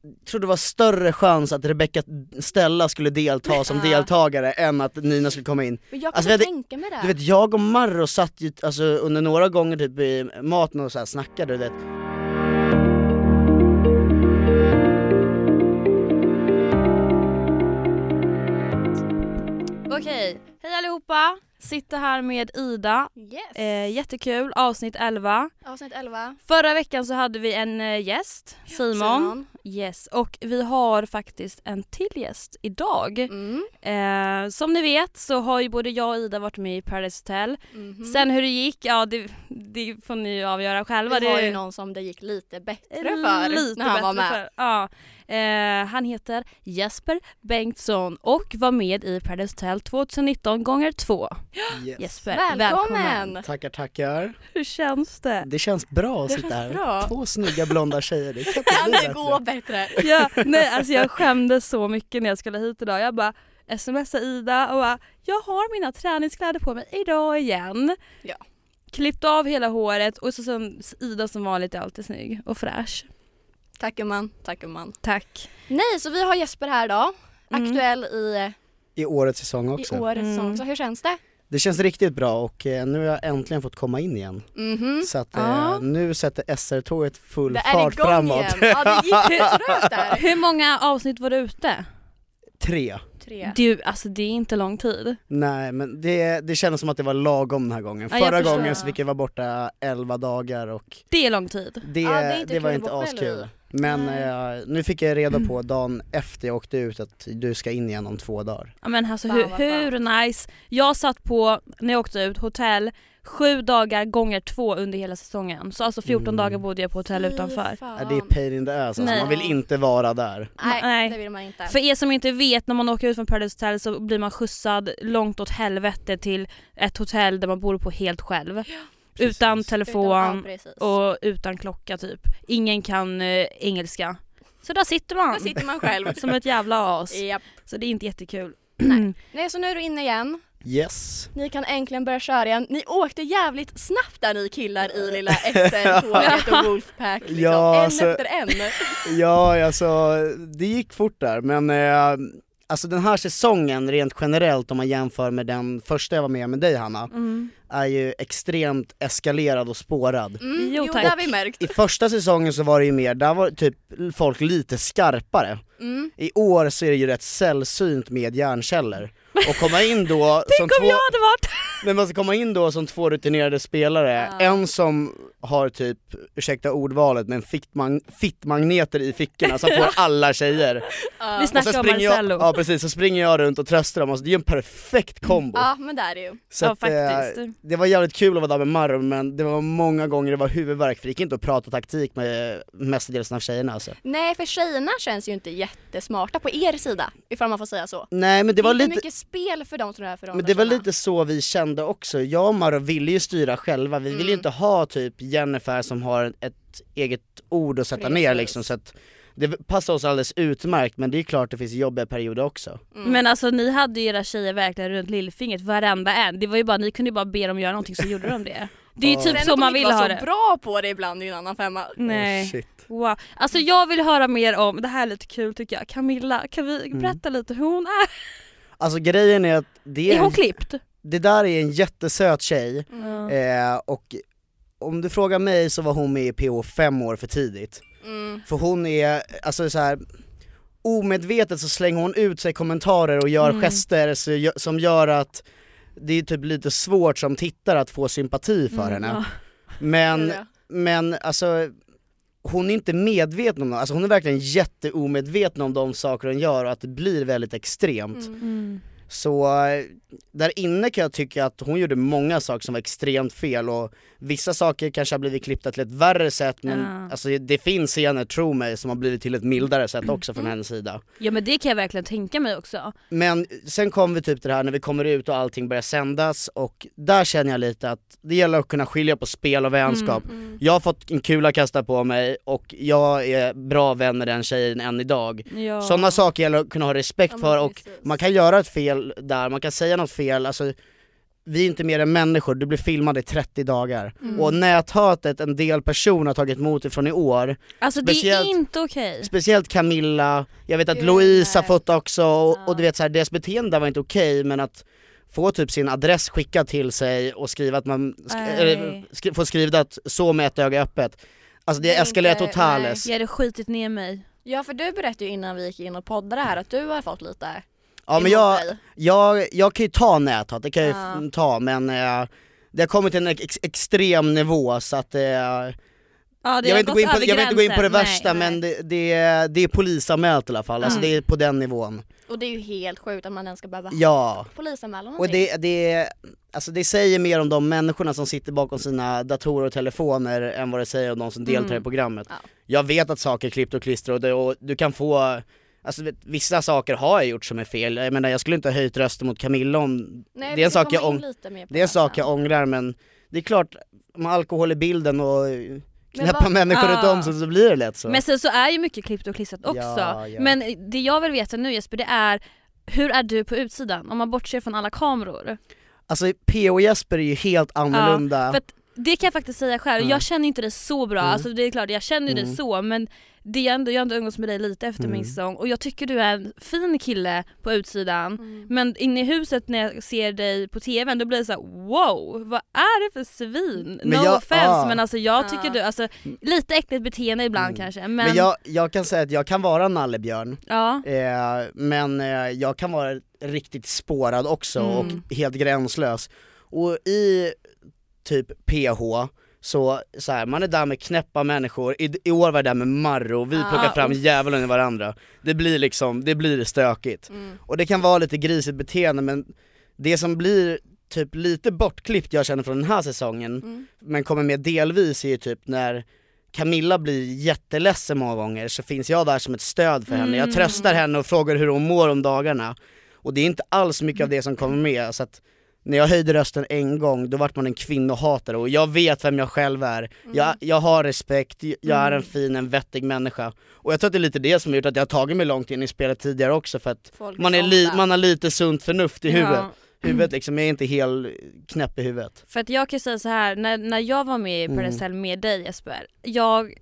tror det var större chans att Rebecca Stella skulle delta som deltagare än att Nina skulle komma in. Men jag kan tänka mig det. Du vet, jag och Marro satt ju alltså, under några gånger typ i maten och så här snackade, du vet. Okej, hej allihopa. Sitter här med Ida. Yes. Jättekul, avsnitt 11. Avsnitt 11. Förra veckan så hade vi en gäst, Simon. Yes, och vi har faktiskt en till gäst idag. Som ni vet så har ju både jag och Ida varit med i Paradise Hotel. Sen hur det gick, ja det får ni ju avgöra själva. Det var ju någon som det gick lite bättre för när han var med. Ja. Han heter Jesper Bengtsson och var med i Paradise Hotel 2019 gånger 2. Yes. Jesper, välkommen! Tackar. Hur känns det? Det känns bra att sitta här. Bra. 2 snygga blonda tjejer. Det kan det gå bättre. Ja, nej, alltså jag skämdes så mycket när jag skulle hit idag. Jag bara smsade Ida och bara, jag har mina träningskläder på mig idag igen. Ja. Klippt av hela håret och så som Ida som var lite alltid snygg och fräsch. Tackar man. Tack. Nej, så vi har Jesper här då. Aktuell i årets säsong också. I årets säsong. Så hur känns det? Det känns riktigt bra och nu har jag äntligen fått komma in igen. Så att nu sätter SR-tåget full fart framåt. Igen. Ja, det gick trögt där. Hur många avsnitt var du ute? 3. Alltså det är inte lång tid. Nej, men det kändes som att det var lagom den här gången. Ja, Förra gången så fick jag vara borta 11 dagar och det är lång tid. Det var inte askul. Men nu fick jag reda på dagen efter jag åkte ut att du ska in igen om 2 dagar. Ja, men alltså hur nice. Jag satt på, när jag åkte ut, hotell 7 dagar gånger 2 under hela säsongen. Så alltså 14 dagar bodde jag på hotell utanför. Det är pain in the ass, alltså. Man vill inte vara där. Nej, det vill man inte. För er som inte vet, när man åker ut från Paradise Hotel så blir man skjutsad långt åt helvete till ett hotell där man bor på helt själv. Ja. Utan telefon och utan klocka typ. Ingen kan engelska. Så där sitter man själv som ett jävla as. Yep. Så det är inte jättekul. Nej, så nu är du inne igen. Yes. Ni kan äntligen börja köra igen. Ni åkte jävligt snabbt där, ni killar i lilla SL-tåget och Wolfpack liksom. Ja, efter en. Ja, alltså det gick fort där. Men alltså den här säsongen rent generellt, om man jämför med den första jag var med dig, Hanna, är ju extremt eskalerad och spårad. Jo, det har vi märkt. I första säsongen så var det ju mer, där var typ folk lite skarpare. I år så är det ju rätt sällsynt med hjärnkällor. Och komma in då som jag hade varit. Men man ska komma in då som 2 rutinerade spelare. En som har typ, ursäkta ordvalet, men fittmagneter i fickorna som får alla tjejer. Vi snackar om Marcello. Ja, precis, så springer jag runt och tröstar dem. Alltså, det är ju en perfekt kombo. Ja, men det är det ju. Så att, faktiskt. Det var jävligt kul att vara där med Marro, men det var många gånger det var huvudvärk, för det gick inte att prata taktik med mestadels av tjejerna alltså. Nej, för tjejerna känns ju inte jättesmarta på er sida, ifall man får säga så. Nej, men det var inte lite mycket spel för dem, tror jag, för dem. Men det var lite så vi kände också. Jag och Marro ville ju styra själva. Vi ville ju inte ha typ Jennifer som har ett eget ord att sätta ner liksom, så att det passar oss alldeles utmärkt, men det är klart det finns jobbiga perioder också. Men alltså ni hade ju era tjejer verkligen runt lillfingret, varenda en. Det var ju bara, ni kunde ju bara be dem göra någonting, så gjorde de det. Det är ju typ så man vill ha det. Så bra på det ibland i en annan femma. Nej. Shit. Wow. Alltså jag vill höra mer om, det här är lite kul tycker jag. Camilla, kan vi berätta lite hur hon är? Alltså grejen är att är hon klippt? Det där är en jättesöt tjej. Och om du frågar mig så var hon med i PH 5 år för tidigt. För hon är, alltså så här, omedvetet så slänger hon ut sig kommentarer och gör gester som gör att det är typ lite svårt som tittare att få sympati för henne. Men alltså hon är inte medveten om det. Alltså hon är verkligen jätteomedveten om de saker hon gör och att det blir väldigt extremt. Så där inne kan jag tycka att hon gjorde många saker som var extremt fel, och vissa saker kanske har blivit klippta till ett värre sätt, men alltså, det finns scener, tro mig, som har blivit till ett mildare sätt också från hennes sida. Ja, men det kan jag verkligen tänka mig också. Men sen kom vi typ till det här när vi kommer ut och allting börjar sändas, och där känner jag lite att det gäller att kunna skilja på spel och vänskap. Jag har fått en kula kastad på mig och jag är bra vän med den tjejen än idag. Sådana saker gäller att kunna ha respekt för, och man kan göra ett fel där, man kan säga något fel, alltså vi är inte mer än människor, du blir filmad i 30 dagar. Och näthatet en del personer har tagit emot ifrån i år. Alltså det är inte okej. Speciellt Camilla, jag vet att Louise har fått också, och du vet så här, deras beteende var inte okej, men att få typ sin adress skickad till sig och skriva att man får skriva att så med ett öga öppet. Alltså det eskalerar totalt. Jag hade skitit ner mig. Ja, för du berättade ju innan vi gick in och poddade här att du har fått lite. Ja, men jag kan ju ta näthat, det kan jag ju ta, men det har kommit till en extrem nivå så att jag vill inte gå in på det värsta, men det är polisanmält i alla fall, alltså det är på den nivån. Och det är ju helt sjukt att man ens ska behöva polisanmäla någonting. Och det säger mer om de människorna som sitter bakom sina datorer och telefoner än vad det säger om de som deltar i programmet. Jag vet att saker är klippt och klistrar och du kan få, alltså vissa saker har jag gjort som är fel. Jag menar, jag skulle inte ha höjt rösten mot Camilla om det är en sak jag ångrar, men det är klart, om alkohol i bilden och knäppa människor runt om så blir det lätt så. Men sen så är ju mycket klippt och klistrat också. Ja. Men det jag vill veta nu, Jesper, det är hur är du på utsidan om man bortser från alla kameror? Alltså P.O. och Jesper är ju helt annorlunda. För att det kan jag faktiskt säga själv. Jag känner inte det så bra. Alltså det är klart, jag känner det så, men det är jag har ändå umgåtts med dig lite efter min säsong, och jag tycker du är en fin kille på utsidan, men inne i huset när jag ser dig på tvn då blir det så här: wow, vad är det för svin? No offense, men alltså jag tycker du, alltså lite äckligt beteende ibland kanske, men jag kan säga att jag kan vara nallebjörn, men jag kan vara riktigt spårad också och helt gränslös, och i typ PH så här, man är där med knäppa människor. I år var det där med Marro. Vi plockar fram djävulen i varandra. Det blir stökigt. Och det kan vara lite grisigt beteende, men det som blir typ lite bortklippt jag känner från den här säsongen, men kommer med delvis, är ju typ när Camilla blir jätteledsen många gånger, så finns jag där som ett stöd för henne. Jag tröstar henne och frågar hur hon mår om dagarna. Och det är inte alls mycket av det som kommer med, så att när jag höjde rösten en gång, då vart man en kvinnohatare, och jag vet vem jag själv är. Jag har respekt, jag är en vettig människa. Och jag tror att det är lite det som har gjort att jag har tagit mig långt in i spelet tidigare också, för att man har lite sunt förnuft i huvudet. Huvudet liksom är inte helt knäpp i huvudet. För att jag kan säga så här, när jag var med i Paradise Hotel med dig, Jesper, jag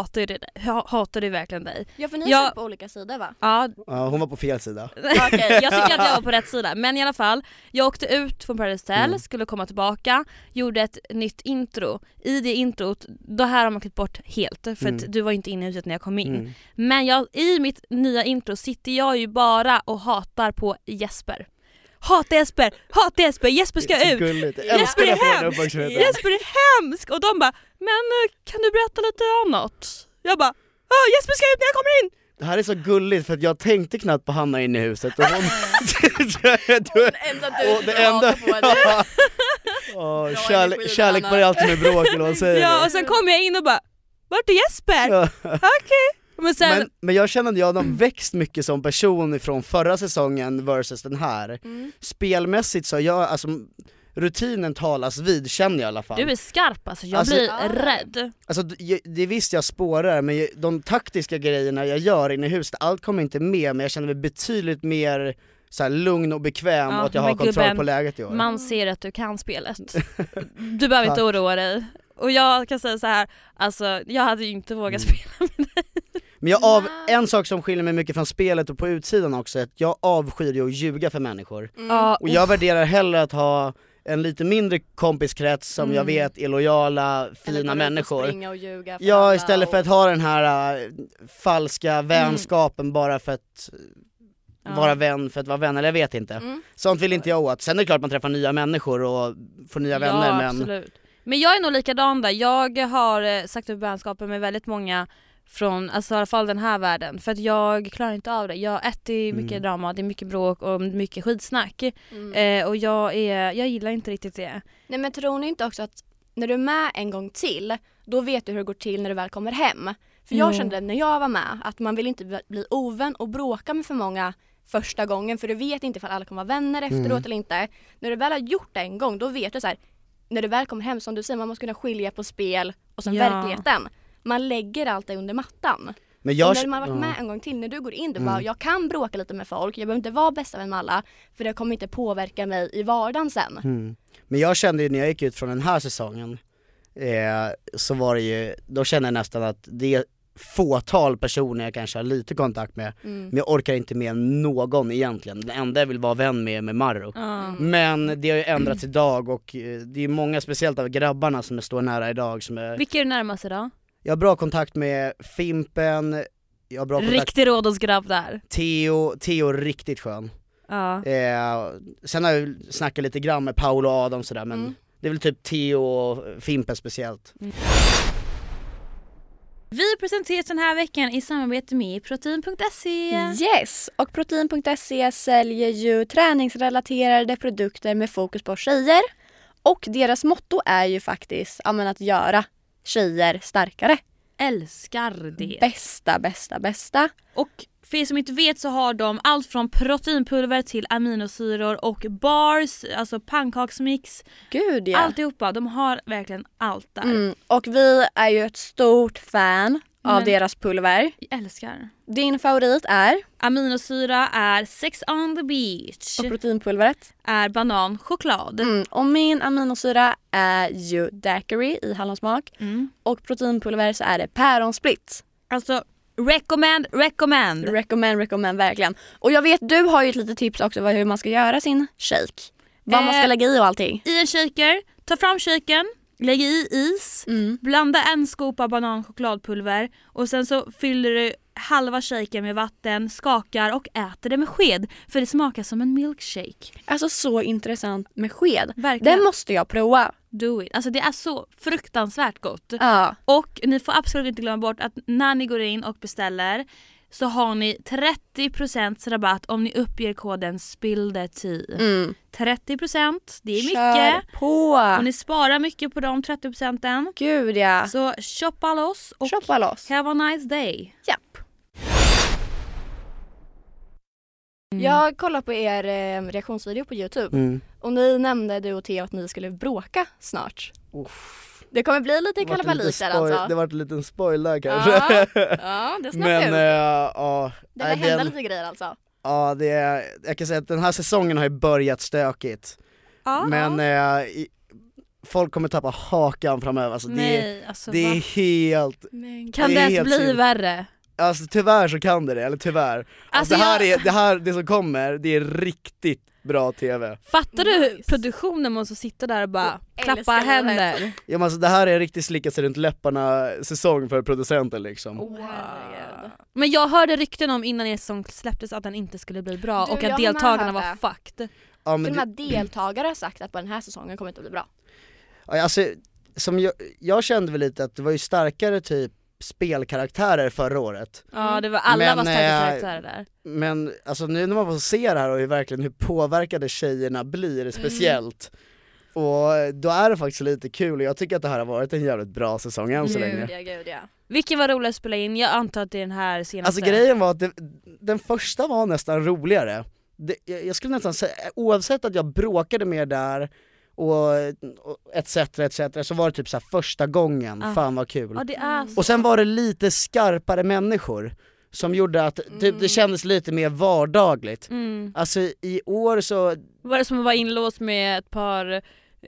hatade verkligen dig. Ja, för ni satt på olika sidor, va? Ja, hon var på fel sida. Okej, jag tycker att jag var på rätt sida. Men i alla fall, jag åkte ut från Paradise Hotel, skulle komma tillbaka, gjorde ett nytt intro. I det introt, då här har man klippt bort helt, för att du var inte inne i huset när jag kom in. Men i mitt nya intro sitter jag ju bara och hatar på Jesper. Hata Jesper, Jesper ska ut. Jesper är hemsk. Och de bara, men kan du berätta lite om något? Jag bara, Jesper ska ut när jag kommer in. Det här är så gulligt, för att jag tänkte knappt på Hanna inne i huset, och hon kärlek var alltid med bråk, eller vad säger du? Ja, och sen kom jag in och bara, vart är Jesper? Okej. Men jag känner att jag har växt mycket som person från förra säsongen versus den här. Spelmässigt så alltså rutinen talas vid, känner jag i alla fall. Du är skarp, alltså jag blir rädd. Alltså det visst jag spårar, men de taktiska grejerna jag gör inne i huset, allt kommer inte med, men jag känner mig betydligt mer så här lugn och bekväm, och att jag har kontroll på läget i år. Man ser att du kan spelet. Du behöver inte oroa dig. Och jag kan säga så här, alltså jag hade ju inte vågat spela med dig. Men en sak som skiljer mig mycket från spelet och på utsidan också är att jag avskyr ju att ljuga för människor. Och jag värderar hellre att ha en lite mindre kompiskrets som jag vet är lojala, fina människor. Och ljuga för istället för att ha den här falska vänskapen bara för att vara vän för att vara vän, eller jag vet inte. Sånt vill inte jag åt. Sen är det klart man träffar nya människor och får nya vänner, men absolut. Men jag är nog likadan där. Jag har sagt upp vänskapen med väldigt många från, alltså i alla fall den här världen, för att jag klarar inte av det. Jag äter mycket drama, det är mycket bråk och mycket skitsnack. Och jag gillar inte riktigt det. Nej, men tror ni inte också att när du är med en gång till, då vet du hur det går till när du väl kommer hem? För jag kände när jag var med att man vill inte bli ovän och bråka med för många första gången, för du vet inte ifall alla kommer vara vänner efteråt eller inte. När du väl har gjort det en gång, då vet du så här, när du väl kommer hem, som du säger, man måste kunna skilja på spel och sen verkligheten. Man lägger allt det under mattan. Men och när man har varit med en gång till, när du går in, du bara, jag kan bråka lite med folk, jag behöver inte vara bästa vän med alla, för det kommer inte påverka mig i vardagen sen. Men jag kände ju när jag gick ut från den här säsongen, så var det ju, då kände jag nästan att det är fåtal personer jag kanske har lite kontakt med, men jag orkar inte med någon egentligen. Den enda jag vill vara vän med Marro. Men det har ju ändrats idag, och det är många, speciellt av grabbarna som står nära idag som är... Vilka är du närmast idag? Jag har bra kontakt med Fimpen, jag har bra kontakt... Riktig rådosgrabb där. Theo är riktigt skön. Sen har jag snackat lite grann med Paul och Adam sådär, men det är väl typ Theo och Fimpen speciellt. Vi presenteras den här veckan i samarbete med Protein.se. Yes, och Protein.se säljer ju träningsrelaterade produkter med fokus på tjejer. Och deras motto är ju faktiskt att göra tjejer starkare. Älskar det. Bästa. Och för er som inte vet så har de allt från proteinpulver till aminosyror och bars, alltså pannkaksmix. Gud ja. Alltihopa, de har verkligen allt där. Och vi är ju ett stort fan av deras pulver. Jag älskar. Din favorit är? Aminosyra är Sex on the beach. Och proteinpulvret? Är bananchoklad. Och min aminosyra är ju daiquiri i hallonsmak. Och proteinpulver så är det päronsplitt. Alltså recommend verkligen. Och jag vet, du har ju ett litet tips också hur man ska göra sin shake. Vad man ska lägga i och allting. I en shaker, ta fram shaken, lägg i is, blanda en skopa bananchokladpulver och sen så fyller du halva shaken med vatten, skakar och äter det med sked, för det smakar som en milkshake. Alltså så intressant med sked. Verkligen. Det måste jag prova. Do it. Alltså det är så fruktansvärt gott. Ja. Och ni får absolut inte glömma bort att när ni går in och beställer så har ni 30% rabatt om ni uppger koden SPILLDETI. 30%, det är Kör mycket. På. Och ni sparar mycket på de 30%. Gud ja. Så shoppa loss och have a nice day. Japp. Jag kollar på er reaktionsvideo på YouTube och ni nämnde, du och Theo, att ni skulle bråka snart. Det kommer bli lite kalabalik där alltså. Det var en liten spoil där kanske. Ja, det är snabbt ut. Det var hända lite grejer alltså. Ja, jag kan säga att den här säsongen har ju börjat stökigt. Men folk kommer tappa hakan framöver. Alltså, det är helt... Kan det ens bli värre? Alltså tyvärr så kan det, eller tyvärr. Alltså, det som kommer, det är riktigt bra tv. Fattar du produktionen måste sitta där och bara klappa händer? Ja, men alltså, det här är riktigt slicka sig runt läpparna säsong för producenten liksom. Men jag hörde rykten om innan er säsong släpptes att den inte skulle bli bra och att deltagarna var fucked. Ja, men de här deltagare har sagt att på den här säsongen kommer inte bli bra. Ja, alltså, som jag kände väl lite att det var ju starkare typ spelkaraktärer förra året. Ja, det var alla var starka karaktärer där. Men alltså nu när man får se det här och hur påverkade tjejerna blir speciellt. Och då är det faktiskt lite kul, och jag tycker att det här har varit en jävligt bra säsong än så länge. Gud, ja. Vilken var rolig att spela in? Jag antar att det är den här senaste. Alltså grejen var att den första var nästan roligare. Jag skulle nästan säga, oavsett att jag bråkade med där och etc, så var det typ så här första gången, fan vad kul. Ja, det är så. Och sen var det lite skarpare människor som gjorde att det kändes lite mer vardagligt. Alltså i år så var det som att vara inlåst med ett par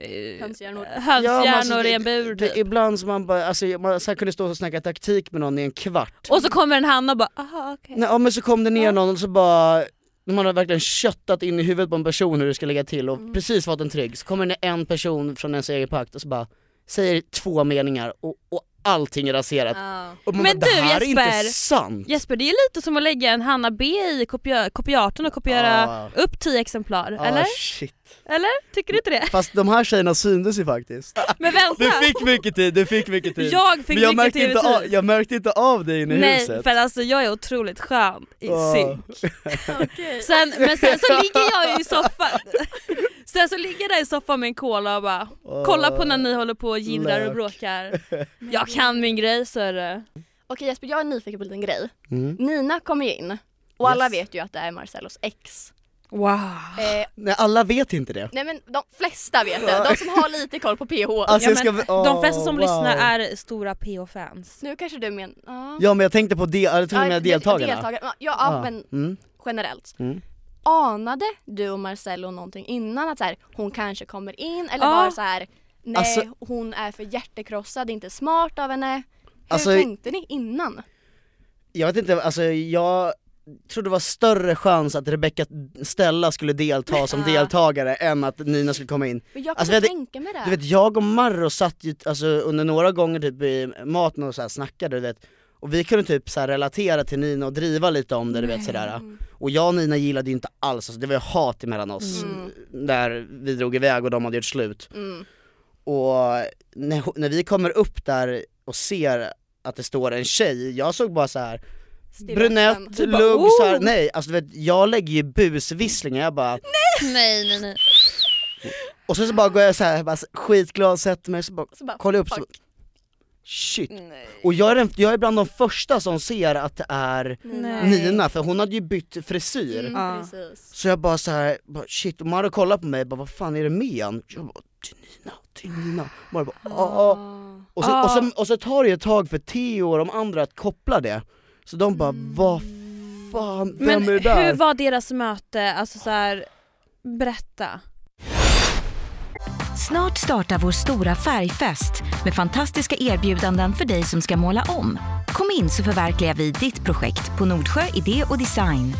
hönshjärnor i en bur typ. Ibland som man bara, alltså man så kunde stå och snacka taktik med någon i en kvart. Och så kommer en Hanna och bara, aha okej. Nej, men så kom det ner någon och så bara, man har verkligen köttat in i huvudet på en person hur det ska lägga till och precis fått en trygg. Så kommer det en person från ens egen pakt och så bara säger 2 meningar och allting är raserat. Och man men bara, du det här Jesper, är inte sant. Jesper, det är lite som att lägga en Hanna B i kopiatorn och kopiera upp 10 exemplar, eller? Shit. Eller? Tycker du inte det? Fast de här tjejerna syndes ju faktiskt. Men vänta. Du fick mycket tid. Jag fick men mycket tid. Jag märkte inte av dig inne i huset. Nej, för alltså jag är otroligt skön i synk. Okay. Men sen så ligger jag i soffan. Sen så ligger jag där i soffan med en cola och bara kolla på när ni håller på och gillrar och bråkar. Jag kan min grej, så är det. Okej Jesper, jag är nyfiken på en liten grej. Nina kommer in och alla vet ju att det är Marcellos ex. Wow. Nej, alla vet inte det. Nej men de flesta vet det, de som har lite koll på PH. Alltså, De flesta som lyssnar är stora PH-fans. Nu kanske du Ja, men jag tänkte på deltagarna. Men generellt. Anade du och Marcello någonting innan att så här, hon kanske kommer in eller bara så här, nej alltså, hon är för hjärtekrossad, det är inte smart av henne. Hur tänkte ni innan? Jag vet inte, alltså jag tror det var större chans att Rebecca Stella skulle delta som deltagare än att Nina skulle komma in. Men jag kan tänka mig det. Du vet, jag och Marro satt ju alltså, under några gånger typ i maten och så här snackade, du vet. Och vi kunde typ så här relatera till Nina och driva lite om det, du vet sådär. Och jag och Nina gillade ju inte alls, alltså, det var ju hat emellan oss där vi drog iväg och de hade gjort slut. Och när vi kommer upp där och ser att det står en tjej, jag såg bara så här brunett, lugg så här, nej, alltså du vet, jag lägger ju busvisslingar, jag bara nej. Och så bara går jag så här, bara skitglad, sätter mig så bara kollar upp så shit. Nej. Och jag är bland de första som ser att det är Nina, för hon hade ju bytt frisyr. Så jag bara så här, shit, och Mara kollar på mig, bara vad fan är det med han? Jag bara, till Nina. Mara bara, Och så tar det ett tag för Theo och de andra att koppla det. Så de bara, vad fan, vem är det där? Hur var deras möte? Alltså så här, berätta. Snart startar vår stora färgfest med fantastiska erbjudanden för dig som ska måla om. Kom in så förverkligar vi ditt projekt på Nordsjö Idé och Design.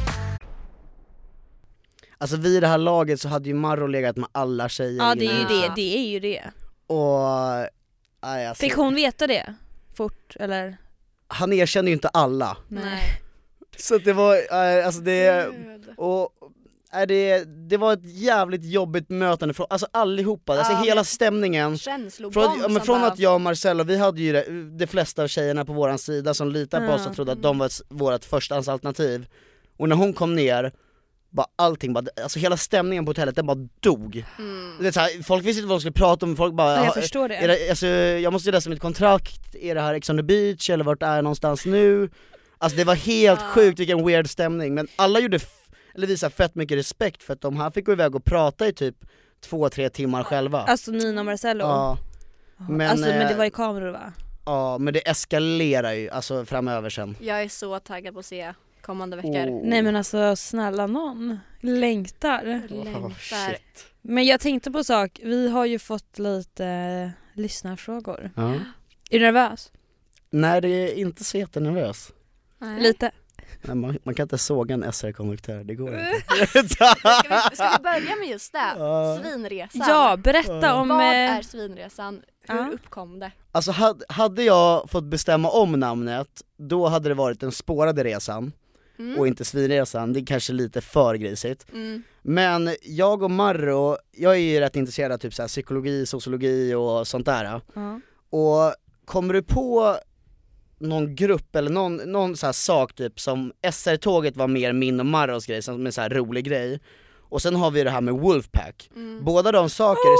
Alltså vid det här laget så hade ju Marro legat med alla tjejer. Ja, det är ju det. Och alltså, fick hon veta det fort, eller? Han erkände ju inte alla. Nej. Så det var, alltså det, och det var ett jävligt jobbigt mötande från, alltså allihopa, alltså hela stämningen. Från att jag och Marcello, vi hade ju de flesta av tjejerna på våran sida som litade på oss och trodde att de var vårt förstahandsalternativ. Och när hon kom ner, bara allting bara, alltså hela stämningen på hotellet, den bara dog. Det är så här, folk visste inte vad de skulle prata om, folk bara, jag förstår det. Alltså, jag måste läsa mitt kontrakt, är det här Ex on the Beach eller vart är jag någonstans nu? Alltså det var helt sjukt vilken weird stämning, men alla gjorde visar fett mycket respekt för att de här fick gå iväg och prata i typ 2-3 timmar själva. Alltså Nina och Marcello? Ja. Men det var ju kameror, va? Ja, men det eskalerar ju alltså framöver sen. Jag är så taggad på att se kommande veckor. Nej men alltså snälla någon. Längtar. Shit. Men jag tänkte på sak, vi har ju fått lite lyssnarfrågor. Ja. Är du nervös? Nej, det är inte så jättenervös. Lite. Nej, man kan inte såga en SR-konduktör, det går inte. Ska vi börja med just det? Svinresan. Ja, berätta om... Vad är Svinresan? Hur uppkom det? Alltså hade jag fått bestämma om namnet, då hade det varit den spårade resan och inte Svinresan. Det är kanske lite för grisigt. Men jag och Marro, jag är ju rätt intresserad av typ så här psykologi, sociologi och sånt där. Och kommer du på någon grupp eller någon så här sak typ som SR-tåget var mer min och Marros grej, som en så här rolig grej. Och sen har vi det här med Wolfpack. Båda de saker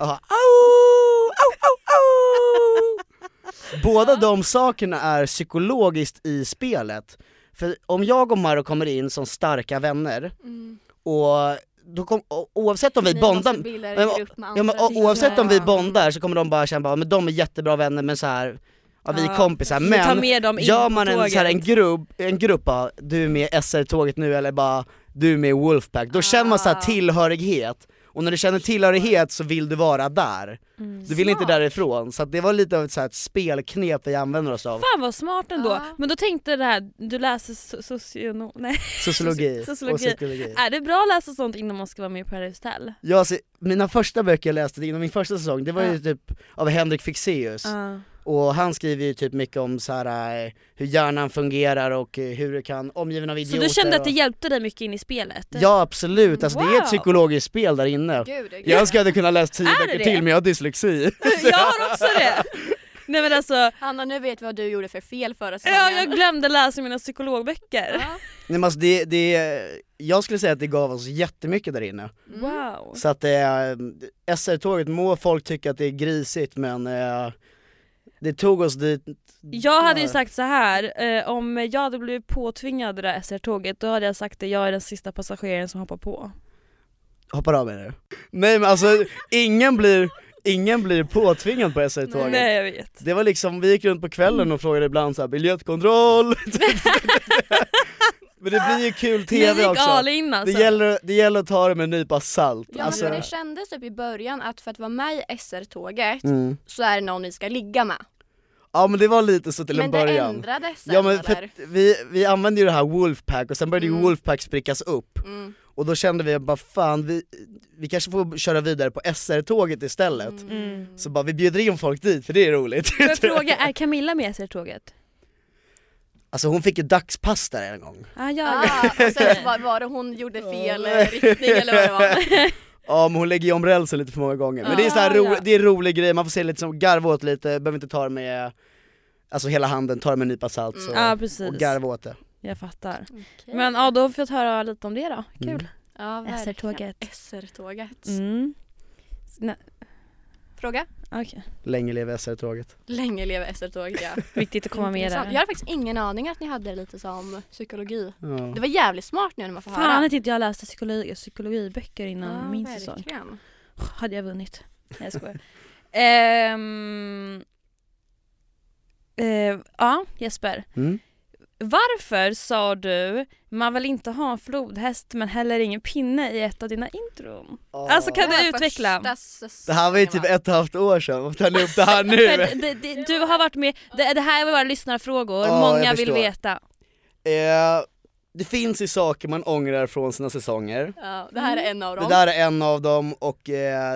båda de sakerna är psykologiskt i spelet. För om jag och Marro kommer in som starka vänner och då oavsett om vi bondar, oavsett om vi bondar så kommer de bara känna men de är jättebra vänner, men så här, ja, vi är kompisar, men gör man en grupp bara, du är med i SR-tåget nu eller bara du är med i Wolfpack, då känner man så här tillhörighet. Och när du känner tillhörighet så vill du vara där. Du vill inte därifrån. Så att det var lite av ett spelknep vi använder oss av. Fan vad smart ändå. Men då tänkte det här, du läser sociologi. Och psykologi. Är det bra att läsa sånt innan man ska vara med på Paradise Hotel? Ja, alltså, mina första böcker jag läste inom min första säsong, det var ju typ av Henrik Fexeus. Och han skriver ju typ mycket om så här, hur hjärnan fungerar och hur det kan omgiven av idioter. Så du kände att det hjälpte dig mycket in i spelet? Ja, absolut. Alltså, det är ett psykologiskt spel där inne. Gud. Jag önskar att jag kunde läsa 10 böcker till, men jag har dyslexi. Jag har också det. Nej men alltså, Hanna, nu vet vi vad du gjorde för fel förra säsongen. Ja, jag glömde läsa mina psykologböcker. Nej, men alltså jag skulle säga att det gav oss jättemycket där inne. Wow. Så att SR-tåget må folk tycka att det är grisigt, men det tog oss dit. Jag hade ju sagt så här, om jag hade blivit påtvingad det där SR-tåget, då hade jag sagt att jag är den sista passageraren som hoppar på. Hoppar av med det. Nej men alltså ingen blir påtvingad på SR-tåget. Nej, jag vet. Det var liksom, vi gick runt på kvällen och frågade ibland så här, biljettkontroll. Men det blir ju kul tv också. All-in, alltså. Det gäller att ta det med en nypa salt. Ja, alltså. men det kändes typ i början att för att vara med i SR-tåget så är det någon ni ska ligga med. Ja men det var lite så till en början. Men det ändrades sen, ja, men eller? Vi använde ju det här Wolfpack och sen började ju Wolfpack sprickas upp. Och då kände vi bara fan, vi kanske får köra vidare på SR-tåget istället. Så bara vi bjuder in folk dit för det är roligt. Får jag fråga, är Camilla med SR-tåget? Alltså hon fick ju dagspass där en gång. Och sen så var det hon gjorde fel riktning eller vad det var. Ja men hon lägger ju om rälsen lite för många gånger. Men det är så här det är en rolig grej, man får se lite som garva åt lite, behöver inte ta det med alltså hela handen, ta det med en nypa salt så, och garva åt det. Jag fattar. Okay. Men ja, då har vi fått höra lite om det då. Kul. Ja, SR-tåget. SR-tåget. Fråga? Okay. Länge leve SR-tåget. Länge leve SR-tåget, ja. Viktigt att komma med där. Jag hade faktiskt ingen aning att ni hade lite som psykologi. Ja. Det var jävligt smart nu när man får höra. Fan att inte jag läste psykologiböcker innan min säsong. Verkligen. Hade jag vunnit. Nej, jag skojar. Ja, Jesper. Varför sa du man vill inte ha en flodhäst men heller ingen pinne i ett av dina intron? Alltså kan du utveckla? Det här var ju typ 1,5 år sedan, varför tar ni upp det här nu? Du har varit med, det här var våra lyssnarfrågor, många vill veta. Det finns ju saker man ångrar från sina säsonger. Ja, det här är en av dem. Det där är en av dem och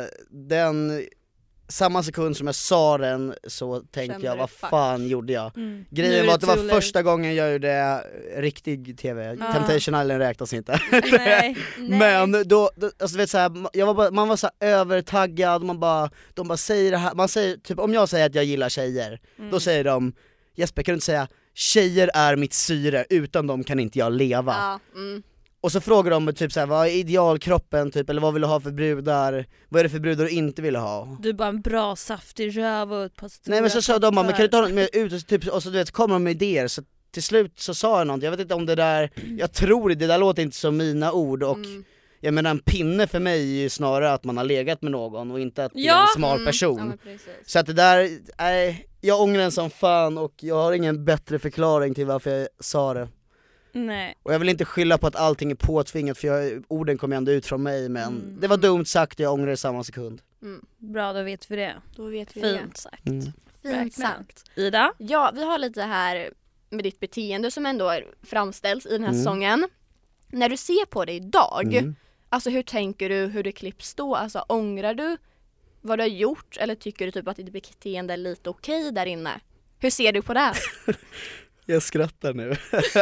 samma sekund som jag sa den så tänkte jag, vad fan gjorde jag? Grejen var att det var första gången jag gjorde riktig tv. Temptation Island räknas inte. Nej. Men då alltså, vet, så här, man var så här övertaggad, de bara säger det här, man säger, typ, om jag säger att jag gillar tjejer, då säger de, Jesper kan du inte säga tjejer är mitt syre, utan dem kan inte jag leva. Och så frågar de typ såhär, vad är idealkroppen typ, eller vad vill du ha för brudar? Vad är det för brudar du inte vill ha? Du är bara en bra saftig röv och ett par stora. Nej men så sa de, men kan du ta något mer ut? Typ, och så du vet, kommer de med idéer, så till slut så sa jag någonting, jag vet inte om det där, jag tror det där låter inte som mina ord och jag menar en pinne för mig är ju snarare att man har legat med någon och inte att det är en smal person. Så att det där, jag ångrar en som fan och jag har ingen bättre förklaring till varför jag sa det. Nej. Och jag vill inte skylla på att allting är påtvingat för orden kommer ändå ut från mig, men det var dumt sagt, jag ångrar det samma sekund. Bra, då vet vi det. Då vet vi Fint sagt. Fint sagt. Ida? Ja, vi har lite här med ditt beteende som ändå framställs i den här säsongen. När du ser på det idag, alltså hur tänker du, hur det klipps då? Alltså ångrar du vad du har gjort eller tycker du typ att ditt beteende är lite okej där inne? Hur ser du på det? Jag skrattar nu.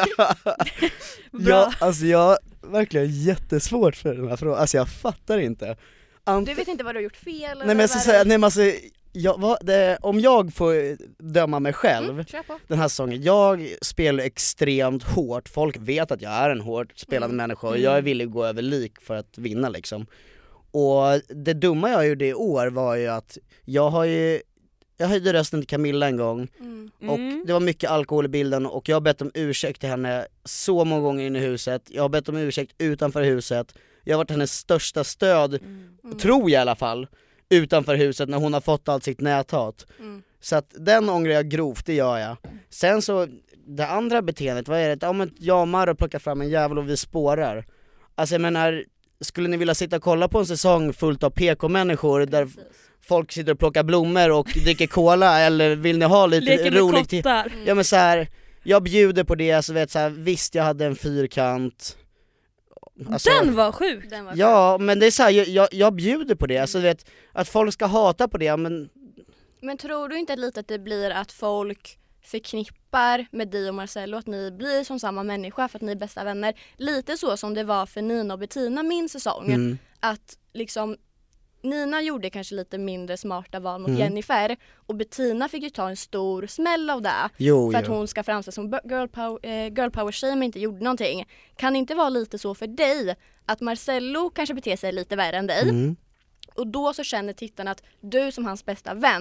Jag har verkligen jättesvårt för den här frågan. Alltså jag fattar inte. Du vet inte vad du har gjort fel? Nej men jag ska säga, om jag får döma mig själv den här säsongen, jag spelar extremt hårt. Folk vet att jag är en hårt spelande människa och jag är villig att gå över lik för att vinna liksom. Och det dumma jag gjorde i år var ju att jag höjde rösten till Camilla en gång och det var mycket alkohol i bilden och jag har bett om ursäkt till henne så många gånger in i huset. Jag har bett om ursäkt utanför huset. Jag har varit hennes största stöd, tror jag i alla fall, utanför huset när hon har fått allt sitt näthat. Så att den ångrar jag grovt, det gör jag. Sen så, det andra beteendet, vad är det? Ja men jag och Maro plockar fram en jävel och vi spårar. Alltså jag menar, skulle ni vilja sitta och kolla på en säsong fullt av PK-människor där folk sitter och plockar blommor och dricker cola, eller vill ni ha lite roligt? Ja men så här, jag bjuder på det, så vet så här, visst jag hade en fyrkant. Alltså, den var sjuk. Ja, men det är så här, jag bjuder på det, alltså vet att folk ska hata på det, men tror du inte lite att det blir att folk förknippar med dig och Marcello att ni blir som samma människa för att ni är bästa vänner? Lite så som det var för Nina och Bettina min säsong. Att liksom Nina gjorde kanske lite mindre smarta val mot Jennifer och Bettina fick ju ta en stor smäll av det för att hon ska framstå som girl power shame inte gjorde någonting. Kan det inte vara lite så för dig att Marcello kanske beter sig lite värre än dig och då så känner tittarna att du som hans bästa vän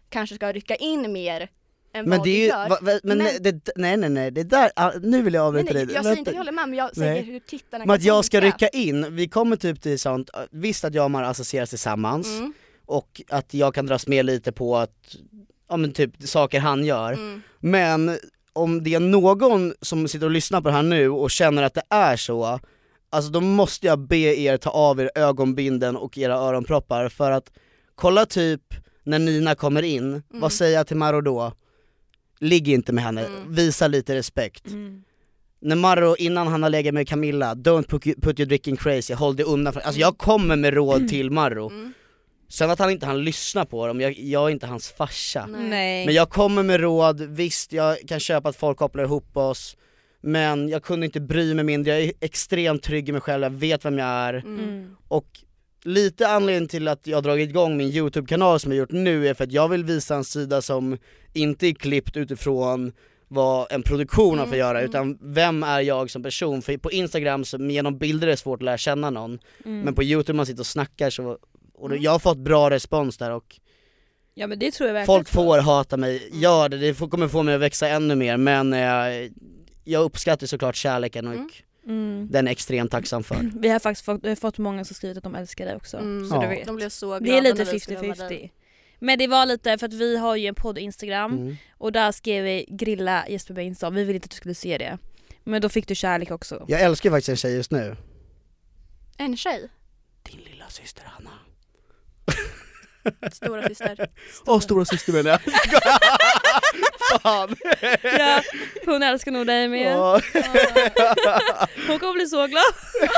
kanske ska rycka in mer än Men vad det är du ju, gör. nej, det där, nu vill jag avbryta dig. Jag säger inte att jag håller med, men jag säger hur tittarna Men att jag ska tänka. rycka in, vi kommer typ till sånt, visst att jag och Marre associeras tillsammans och att jag kan dras med lite på att, ja men typ saker han gör, men om det är någon som sitter och lyssnar på det här nu och känner att det är så, alltså då måste jag be er ta av er ögonbinden och era öronproppar, för att kolla typ när Nina kommer in, vad säger jag till Marro då? Ligg inte med henne, visa lite respekt. När Marro, innan han har legat med Camilla, don't put your drinking crazy, håll dig undan. Alltså jag kommer med råd till Marro. Sen att han inte lyssna på dem, jag är inte hans farsa. Nej. Men jag kommer med råd, visst jag kan köpa att folk kopplar ihop oss, men jag kunde inte bry mig mindre, jag är extremt trygg i mig själv, jag vet vem jag är. Och lite anledning till att jag har dragit igång min YouTube-kanal som jag gjort nu är för att jag vill visa en sida som inte är klippt utifrån vad en produktion har för att göra, utan vem är jag som person. För på Instagram så genom bilder är det svårt att lära känna någon, men på YouTube man sitter och snackar så, och jag har fått bra respons där, och ja, men det tror jag verkligen. folk får hata mig, gör det kommer få mig att växa ännu mer, men jag uppskattar såklart kärleken och den är extremt tacksam för. Vi har faktiskt fått många som skrivit att de älskar dig också. Så du vet. De blev så glada. Det är lite när vi skulle vara 50-50. Men det var lite för att vi har ju en podd Instagram och där skrev vi grilla Jesper Beinsson. Vi ville inte att du skulle se det. Men då fick du kärlek också. Jag älskar faktiskt en tjej just nu. En tjej? Din lilla syster Hanna. Stora syster. Stora syster menar jag. Fan. Ja, hon älskar nog dig med. Hon kommer bli så glad.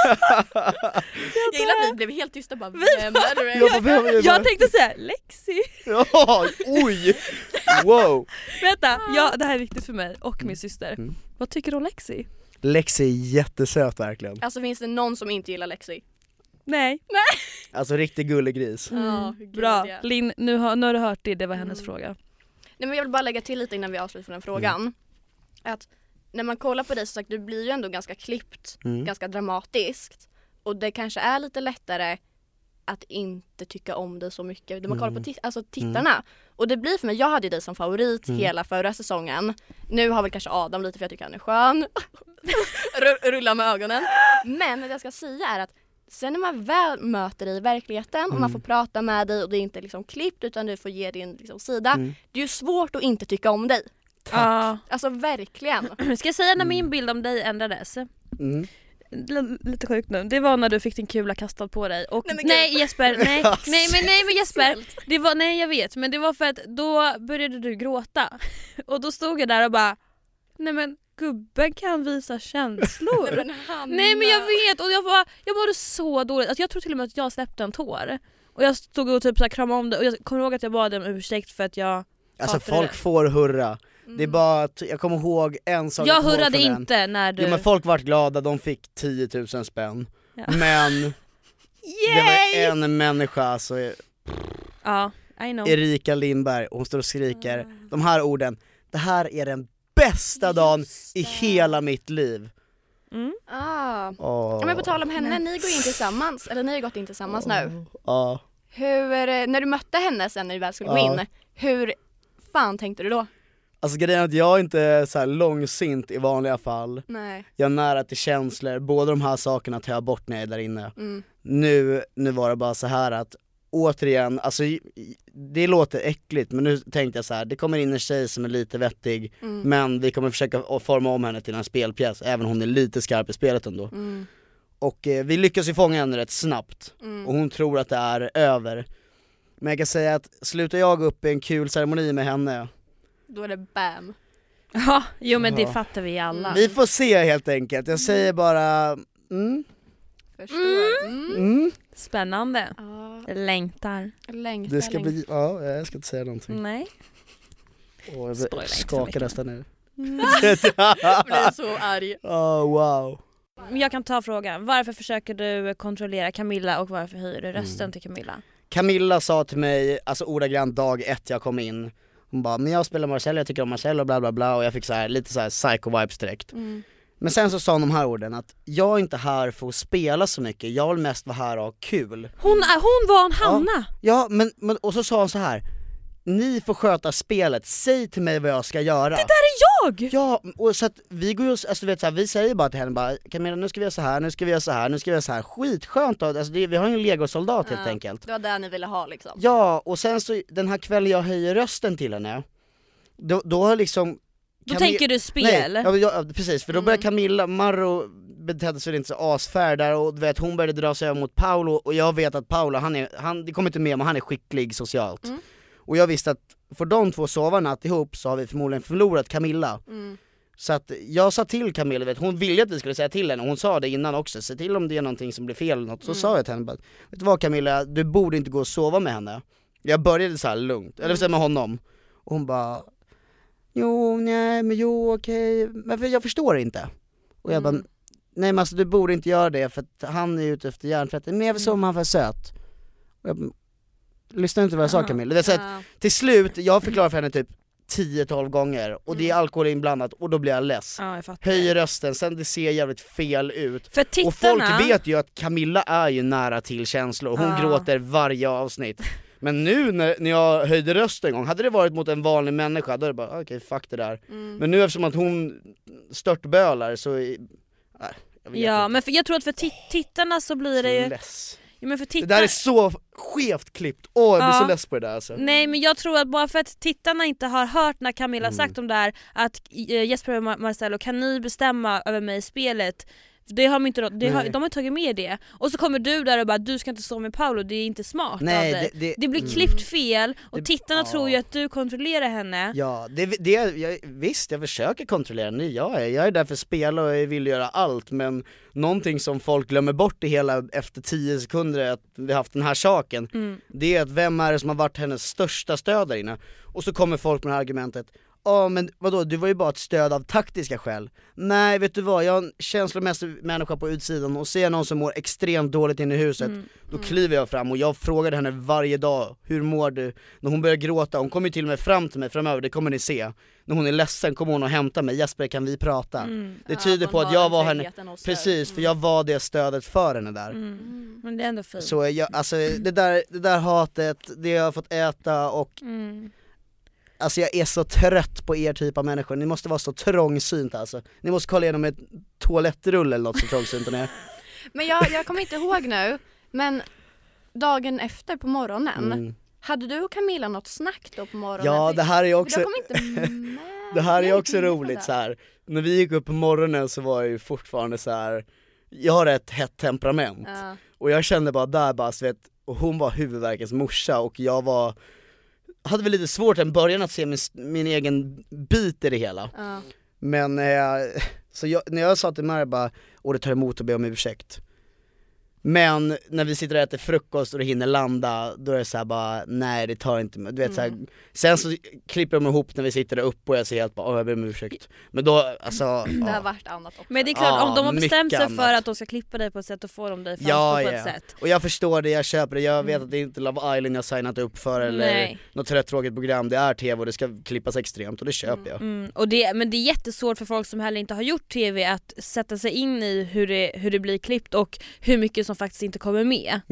Jag gillar att vi blev helt tysta bara. Jag tänkte säga Lexi. Ja, oj. Wow. Vänta, det här är viktigt för mig och min syster. Vad tycker du om Lexi? Lexi är jättesöt verkligen. Alltså finns det någon som inte gillar Lexi? Nej. Alltså riktigt gullig gris. Bra. Linn, nu har du hört det var hennes fråga. Nej, men jag vill bara lägga till lite innan vi avslutar den frågan. Att när man kollar på dig så sagt, du blir ju ändå ganska klippt, ganska dramatiskt. Och det kanske är lite lättare att inte tycka om dig så mycket. När man kollar på tittarna. Och det blir för mig, jag hade ju dig som favorit hela förra säsongen. Nu har väl kanske Adam lite för jag tycker han är skön. Rulla med ögonen. Men det jag ska säga är att sen när man väl möter dig i verkligheten och man får prata med dig och det är inte liksom klippt utan du får ge din liksom sida. Det är ju svårt att inte tycka om dig. Tack. Alltså verkligen. Ska jag säga när min bild om dig ändrades? Lite sjukt nu. Det var när du fick din kula kastad på dig. Och nej Jesper, nej men Jesper. Det var, nej jag vet, men det var för att då började du gråta. Och då stod jag där och bara, nej men gubben kan visa känslor. Nej men jag vet, och jag mådde så dåligt. Alltså, jag tror till och med att jag släppte en tår. Och jag stod och typ så här kramade om det. Och jag kommer ihåg att jag bad om ursäkt för att jag alltså folk får hurra. Det är bara att jag kommer ihåg en sak. Jag hurrade inte när du... Jo, men folk vart glada, de fick 10 000 spänn. Ja. Men det var en människa alltså. Ja, I know. Erika Lindberg, hon står och skriker de här orden. Det här är den bästa dagen i hela mitt liv. Men på tal om henne, ni går in tillsammans. Eller ni har gått in tillsammans nu. Ja. Hur, när du mötte henne sen när du väl skulle gå in, hur fan tänkte du då? Alltså grejen är att jag inte är så här långsint i vanliga fall. Nej. Jag är nära till känslor, båda de här sakerna tar jag bort när jag är där inne. Nu var det bara så här att återigen, alltså det låter äckligt, men nu tänkte jag så här: det kommer in en tjej som är lite vettig, men vi kommer försöka forma om henne till en spelpjäs, även hon är lite skarp i spelet ändå. Och vi lyckas ju fånga henne rätt snabbt, och hon tror att det är över. Men jag kan säga att slutar jag upp i en kul ceremoni med henne, då är det bam. Ja, jo men det fattar vi alla. Vi får se helt enkelt, jag säger bara Spännande. Längtar. Det ska bli, jag ska inte säga någonting. Nej. Jag skakar nästan nu. Jag blir så arg. Wow. Jag kan ta frågan. Varför försöker du kontrollera Camilla och varför höjer du rösten till Camilla? Camilla sa till mig, alltså ordagrant dag 1 jag kom in. Hon bara, men jag spelar Marcel, jag tycker om Marcel och bla bla bla. Och jag fick så här, lite så här psycho-vibes direkt. Men sen så sa hon de här orden att jag är inte här för att spela så mycket, jag vill mest vara här och ha kul. Hon var en Hanna. Ja, men och så sa hon så här: ni får sköta spelet, säg till mig vad jag ska göra. Det där är jag! Ja, och så att vi går ju, alltså du vet så här, vi säger bara till henne bara, Camilla nu ska vi göra så här, nu ska vi göra så här, nu ska vi göra så här. Skitskönt, alltså vi har ju en legosoldat helt enkelt. Det var det ni ville ha liksom. Ja, och sen så den här kvällen jag höjer rösten till henne, då har liksom Då tänker du spel? Nej, ja, precis, för då börjar Camilla, Marro betedde sig inte så asfär där, och du vet, hon började dra sig över mot Paolo, och jag vet att Paolo, det kommer inte med, men han är skicklig socialt. Och jag visste att för de två sova natt ihop så har vi förmodligen förlorat Camilla. Så att jag sa till Camilla, vet, hon ville att vi skulle säga till henne, och hon sa det innan också, se till om det är någonting som blir fel eller något. Så sa jag till henne bara, vet du vad Camilla, du borde inte gå och sova med henne. Jag började så här lugnt, eller med honom. Och hon bara, okej, men jag förstår inte. Och jag bara, nej men alltså du borde inte göra det, för att han är ute efter hjärntvätten. Men jag vill som han för söt. Och jag bara, lyssna inte vad jag sa Camilla. Det är så att, till slut, jag förklarar för henne typ 10-12 gånger, och det är alkohol inblandat, och då blir jag less. Höjer rösten, sen det ser jävligt fel ut. För tittarna... Och folk vet ju att Camilla är ju nära till känslor, hon gråter varje avsnitt. Men nu när jag höjde rösten en gång, hade det varit mot en vanlig människa, då är det bara okej, fuck det där. Men nu eftersom att hon störtbölar så men för jag tror att för tittarna så blir det ju... Ja, men för det där är så skevt klippt. Jag blir så less på det där alltså. Nej, men jag tror att bara för att tittarna inte har hört när Camilla sagt om det här, att Jesper och Marcello, kan ni bestämma över mig i spelet? Det har de inte, de har tagit med det. Och så kommer du där och bara, du ska inte stå med Paolo, det är inte smart. Nej, det blir klippt fel, och tittarna tror ju att du kontrollerar henne. Ja, visst, jag försöker kontrollera henne. Jag är där för att spela och jag vill göra allt, men någonting som folk glömmer bort i hela efter 10 sekunder att vi har haft den här saken, det är att vem är det som har varit hennes största stöd där inne? Och så kommer folk med det här argumentet, men vadå, du var ju bara ett stöd av taktiska skäl. Nej, vet du vad, jag är en känslomässig människa på utsidan, och ser någon som mår extremt dåligt inne i huset, då kliver jag fram, och jag frågade henne varje dag, hur mår du? När hon börjar gråta, hon kommer till och med fram till mig framöver, det kommer ni se. När hon är ledsen kommer hon och hämta mig, Jesper kan vi prata? Det tyder på att jag var henne, precis, för jag var det stödet för henne där. Men det är ändå fint. Så alltså det där hatet, det jag har fått äta, och alltså jag är så trött på er typ av människor. Ni måste vara så trångsynt alltså. Ni måste kolla igenom ett toalettrull eller något så trångsynt ni är. Men jag kommer inte ihåg nu, men dagen efter på morgonen, hade du och Camilla något snack då på morgonen? Ja, det här är också med. det här är också roligt så här. När vi gick upp på morgonen så var jag ju fortfarande så här. Jag har ett hett temperament. Och jag kände bara där bara, så vet, och hon var huvudvärkens morsa, och jag hade väl lite svårt i början att se min egen bit i det hela. Men så när jag sa till Mary bara, det tar emot att be om ursäkt. Men när vi sitter och äter frukost och det hinner landa, då är det så här bara, nej det tar inte, du vet så här. Sen så klipper de ihop när vi sitter där uppe och jag ser helt bara, jag ber om ursäkt. Men då, alltså det har varit annat också. Men det är klart, om de har bestämt sig för att de ska klippa dig på ett sätt, då får de dig framstå på ett sätt. Och jag förstår det, jag köper det, jag vet att det är inte Love Island jag signat upp för, eller något tråkigt program, det är tv och det ska klippas extremt, och det köper jag. Men det är jättesvårt för folk som heller inte har gjort tv att sätta sig in i hur det blir klippt och hur mycket som faktiskt inte kommer med.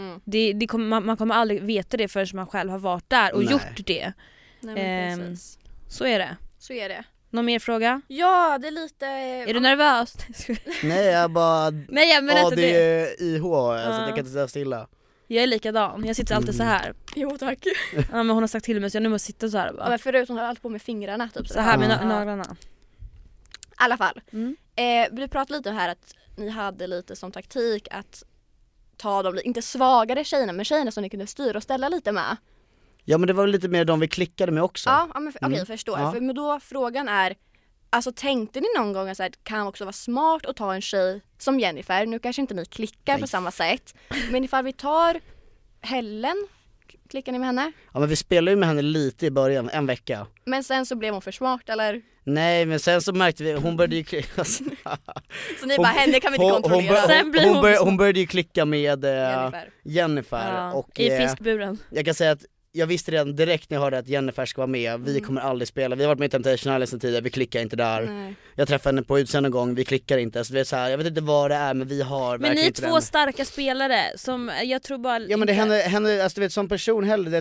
Man kommer aldrig veta det förrän man själv har varit där och gjort det. Nej, precis. Så är det. Så är det. Någon mer fråga? Ja, det är lite... Är du nervös? Nej, jag bara... Nej, men det är IH, så jag kan inte säga stilla. Jag är likadan, jag sitter alltid så här. Jo, tack. Ja, men hon har sagt till mig så jag nu måste sitta så här bara. Ja, men förutom har allt på med fingrarna typ. Så här med naglarna. I alla fall. Vi pratade lite om här att ni hade lite som taktik att ta de inte svagare tjejerna, men tjejerna som ni kunde styra och ställa lite med. Ja, men det var lite mer de vi klickade med också. Ja, men okej, förstår. Ja. För då frågan är, alltså tänkte ni någon gång att det kan också vara smart att ta en tjej som Jennifer, nu kanske inte ni klickar på samma sätt, men ifall vi tar Helen, klickar ni med henne? Ja, men vi spelade ju med henne lite i början, en vecka. Men sen så blev hon för smart, eller? Nej, men sen så märkte vi, hon började ju klicka. Så ni bara, henne kan vi inte kontrollera. Hon började ju klicka med Jennifer. Ja, och, i fiskburen. Jag kan säga att jag visste redan direkt när jag hörde att Jennifer ska vara med, vi kommer aldrig spela, vi har varit med i Temptation Island sedan tidigare, vi klickar inte där. Nej. Jag träffade henne på utsänd en gång, vi klickar inte, så det är så här, jag vet inte vad det är, men vi har men ni är två starka spelare som jag tror bara... Ja, men det henne alltså, du vet, som person heller,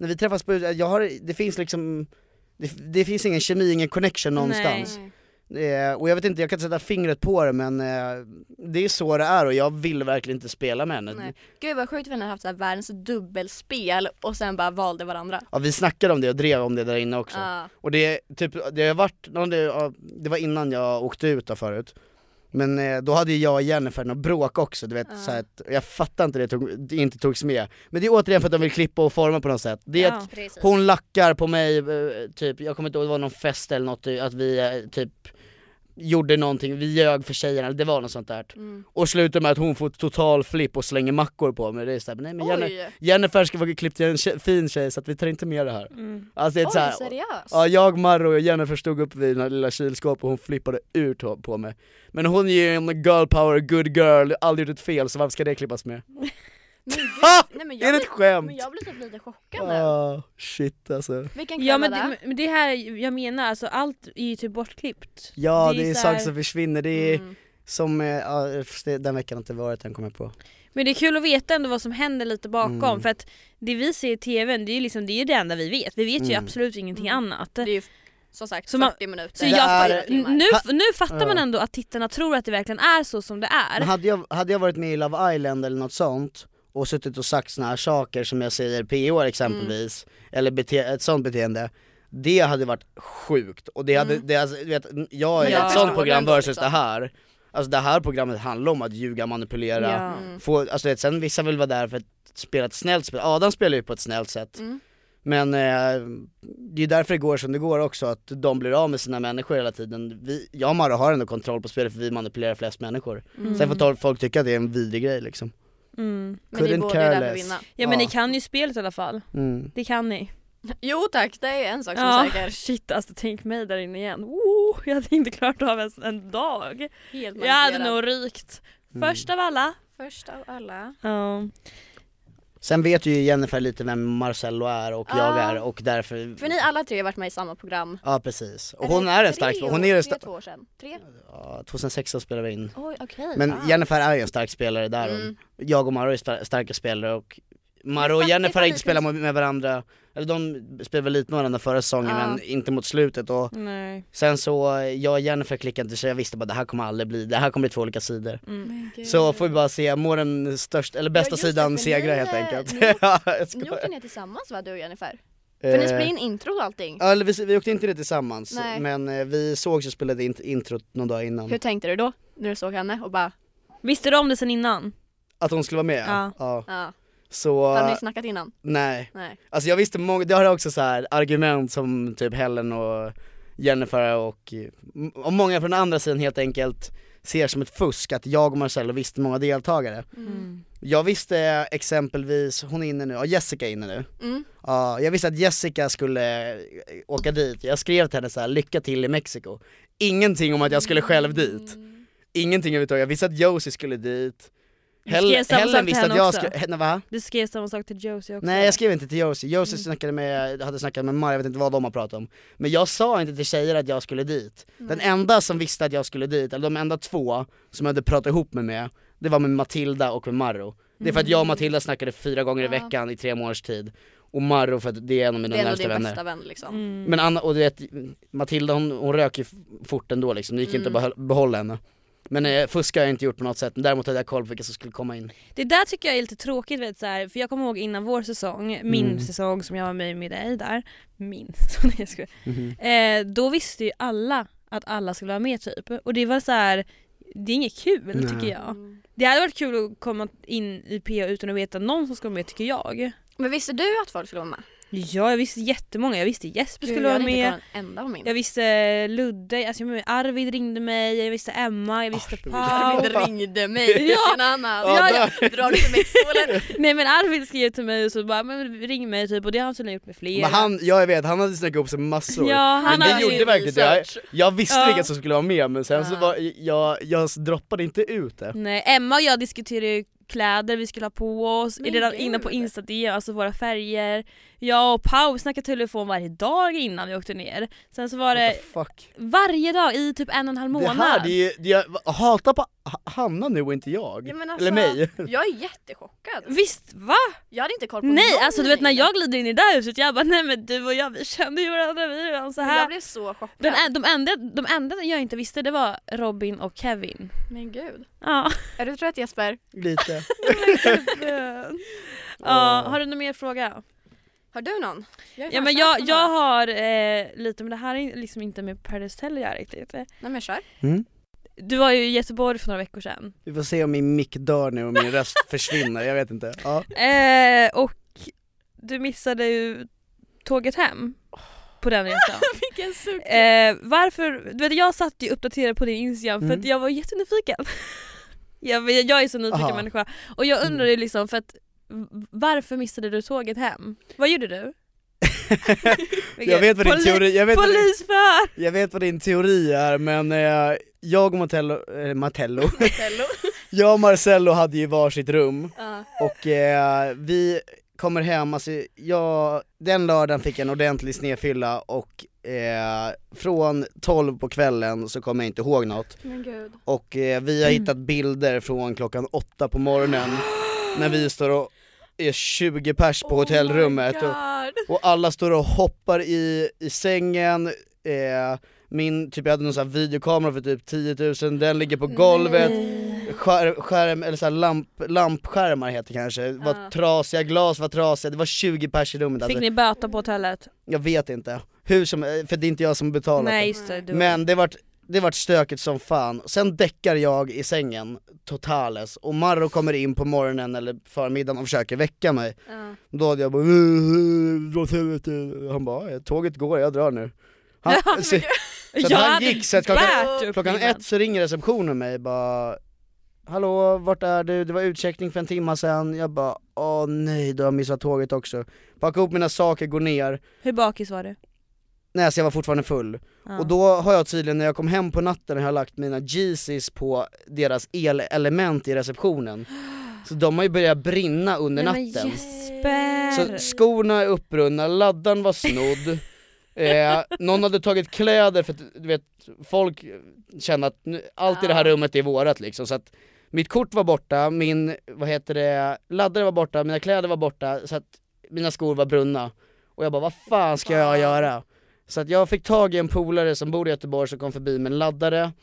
när vi träffas på, det finns liksom, det finns ingen kemi, ingen connection någonstans. Och jag vet inte, jag kan inte sätta fingret på det, men det är så det är och jag vill verkligen inte spela med henne. Nej. Gud vad sjukt att vi har haft så här världens dubbelspel och sen bara valde varandra. Ja, vi snackade om det och drev om det där inne också. Och det har varit, det var innan jag åkte ut där förut. Men då hade ju jag och Jennifer något bråk också, du vet, så att jag fattar inte det inte togs med. Men det är återigen för att de vill klippa och forma på något sätt. Det är att hon lackar på mig, typ, jag kommer inte ihåg, det var någon fest eller något, att vi typ gjorde någonting, vi ljög för tjejerna, det var något sånt där. Och slutar med att hon får total flipp och slänger mackor på mig. Det är så här, nej men Jennifer ska vara klippt till en fin tjej så att vi tar inte med det här. Alltså det är så här, seriöst? Ja, jag, Marro och Jennifer stod upp vid den lilla kylskåpet och hon flippade ut på mig. Men hon är ju en girl power, good girl, aldrig gjort ett fel, så varför ska det klippas med? Men är det ett skämt? Men jag blir typ lite chockad nu. Shit alltså. Vilken kväll men det här, jag menar, alltså allt är ju typ bortklippt. Ja, det är saker som försvinner, det är som, den veckan har inte varit, den kommer jag på. Men det är kul att veta ändå vad som händer lite bakom, för att det vi ser i tvn, det är ju liksom, det är det enda vi vet ju absolut ingenting annat. Det är ju som sagt så 40 minuter. Så nu fattar man ändå att tittarna tror att det verkligen är så som det är. Men hade jag varit med i Love Island eller något sånt och suttit och sagt såna här saker som jag säger PO exempelvis, eller ett sånt beteende, det hade varit sjukt. Och det hade, alltså, vet, jag är ett sånt program versus det här. Alltså det här programmet handlar om att ljuga, manipulera, få, alltså sen vissa vill vara där för att spela ett snällt spel. Adam spelar ju på ett snällt sätt. Men det är därför det går som det går också, att de blir av med sina människor hela tiden. Jag och Mara har ändå kontroll på spelet för vi manipulerar flest människor. Sen får folk tycka att det är en vidrig grej liksom. Men ni borde därför vinna. Ja, men ni kan ju spelet i alla fall. Det kan ni. Jo tack, det är en sak som är säker. Shit, alltså tänk mig där inne igen. Jag hade inte klarat av en dag. Jag hade nog rykt. Först av alla. Sen vet ju Jennifer lite vem Marcello är och jag är, och därför... För ni alla tre har varit med i samma program. Ja, precis. Och hon är en stark spelare. Hon är en 2 år sedan. 3? Ja, 2006 spelade vi in. Oj, okej. Men Jennifer är ju en stark spelare där. Jag och Maro är starka spelare, och Maro och Jennifer har inte spelat med varandra. Eller de spelade väl lite med varandra förra säsongen, men inte mot slutet. Och sen så, jag och Jennifer klickade inte, så jag visste bara det här kommer aldrig bli, det här kommer bli 2 olika sidor. Så får vi bara se, må den största, eller bästa sidan segra helt enkelt. Ni åkte ner tillsammans, va, du och Jennifer? För ni spelade in intro och allting. Ja, eller vi åkte inte det tillsammans. Men vi sågs och spelade introt någon dag innan. Hur tänkte du då, när du såg henne och bara... Visste du om det sen innan? Att hon skulle vara med? Ja. Så, hade ni snackat innan? Nej. Alltså jag visste det har också så här argument som typ Helen och Jennifer och många från andra sidan helt enkelt ser som ett fusk att jag och Marcello visste många deltagare. Jag visste exempelvis, hon är inne nu, Jessica är inne nu. Ja, jag visste att Jessica skulle åka dit. Jag skrev till henne så här: lycka till i Mexiko. Ingenting om att jag skulle själv dit. Ingenting överhuvudtaget. Jag visste att Josie skulle dit. Helen visste att jag skulle... Va? Du skrev samma sak till Josie också. Nej, jag skrev inte till Josie. Josie hade snackat med Maria, jag vet inte vad de har pratat om. Men jag sa inte till tjejer att jag skulle dit. Den enda som visste att jag skulle dit, eller de enda 2 som jag hade pratat ihop med, det var med Matilda och med Marro. Det är för att jag och Matilda snackade 4 gånger i veckan i 3 månaders tid. Och Marro för att det är en av mina närmaste vänner. Bästa vän liksom. Men Anna, och du vet, Matilda hon rök ju fort ändå liksom. Det gick inte att behålla henne. Men fuska har jag inte gjort på något sätt. Däremot hade jag koll på vilka som skulle komma in. Det där tycker jag är lite tråkigt, vet, så här, för jag kommer ihåg innan vår säsong, min säsong som jag var med dig där. Då visste ju alla att alla skulle vara med typ. Och det var så här, det är inget kul tycker jag. Det hade varit kul att komma in i PA utan att veta någon som skulle vara med, tycker jag. Men visste du att folk skulle vara med? Ja, jag visste jättemånga. Jag visste Jesper skulle vara med. Jag visste Ludde, alltså Arvid ringde mig, jag visste Emma, jag visste Pau. Arvid ringde mig. Ja. Drar du till Mexiko? Nej, men Arvid skrev till mig och så bara, men ring mig typ, och det har han tydligen gjort med flera. Men jag vet, han hade snackat upp sig massor. Ja, men det gjorde verkligen det. Jag visste vilka som skulle vara med, men sen så var jag droppade inte ut det. Nej, Emma och jag diskuterade ju kläder vi skulle ha på oss, redan inne på Insta, alltså våra färger. Jag och Pau snackade telefon varje dag innan vi åkte ner. Sen så var det varje dag i typ 1,5 månad. Jag hatar på Hanna nu och inte jag. Ja, men alltså, eller mig. Jag är jättechockad. Visst, va? Jag hade inte koll på Nej, någon alltså du vet när längre. jag glider in i det där huset, jag bara nej men du och jag, vi kände ju varandra, vi är redan så här. Jag blev så chockad. De enda jag inte visste, det var Robin och Kevin. Men gud. Ja. Är du trött, Jesper? Lite. Ja, har du någon mer fråga? Har du någon? Ja men jag har lite, men det här är liksom inte med Paradise Hotel att göra riktigt. Nej men kör. Du var ju i Göteborg för några veckor sedan. Vi får se om min mick dör nu och min röst försvinner, jag vet inte. Ja. Och du missade ju tåget hem på den resan. Vilken suck. Varför? Du vet, jag satt ju uppdaterad på din Instagram för att jag var jättenyfiken. jag är så nyfiken människa. Och jag undrar ju liksom, för att varför missade du tåget hem? Vad gjorde du? Jag vet vad din teori, jag vet vad din teori är, men jag och Marcello jag och Marcello hade ju varsitt rum och vi kommer hem, alltså den lördagen fick jag en ordentlig snedfylla och från 12 på kvällen så kommer jag inte ihåg något. Men Gud. Och vi har hittat bilder från klockan 8 på morgonen när vi står och är 20 pers på hotellrummet och alla står och hoppar i sängen. Jag hade någon sån här videokamera för typ 10 000, den ligger på golvet. Skärm eller så här lampskärmar heter kanske. Var trasiga, glas var trasiga. Det var 20 pers i rummet. Fick ni böta på hotellet? Jag vet inte. För det är inte jag som betalar. Nej, just det. Men det vart stökigt som fan. Sen däckar jag i sängen totales och Marro kommer in på morgonen eller förmiddagen och försöker väcka mig. Då hade jag bara han bara, tåget går, jag drar nu. Han gick, så att klockan 1 så ringer receptionen mig bara, hallå, vart är du? Det var utcheckning för en timme sedan. Jag bara, åh nej, då har jag missat tåget också. Packa upp mina saker, gå ner. Hur bakis var du? Nej, så jag var fortfarande full. Och då har jag tydligen, när jag kom hem på natten, har jag lagt mina Yeezys på deras elelement i receptionen. Så de har ju börjat brinna under natten. Så skorna är uppbrunna, laddan var snodd. Någon hade tagit kläder för att, du vet, folk känner att allt i det här rummet är vårat liksom. Så att mitt kort var borta, min, laddare var borta, mina kläder var borta. Så att mina skor var brunna. Och jag bara, vad fan ska jag göra? Så att jag fick tag i en polare som bor i Göteborg som kom förbi med en laddare.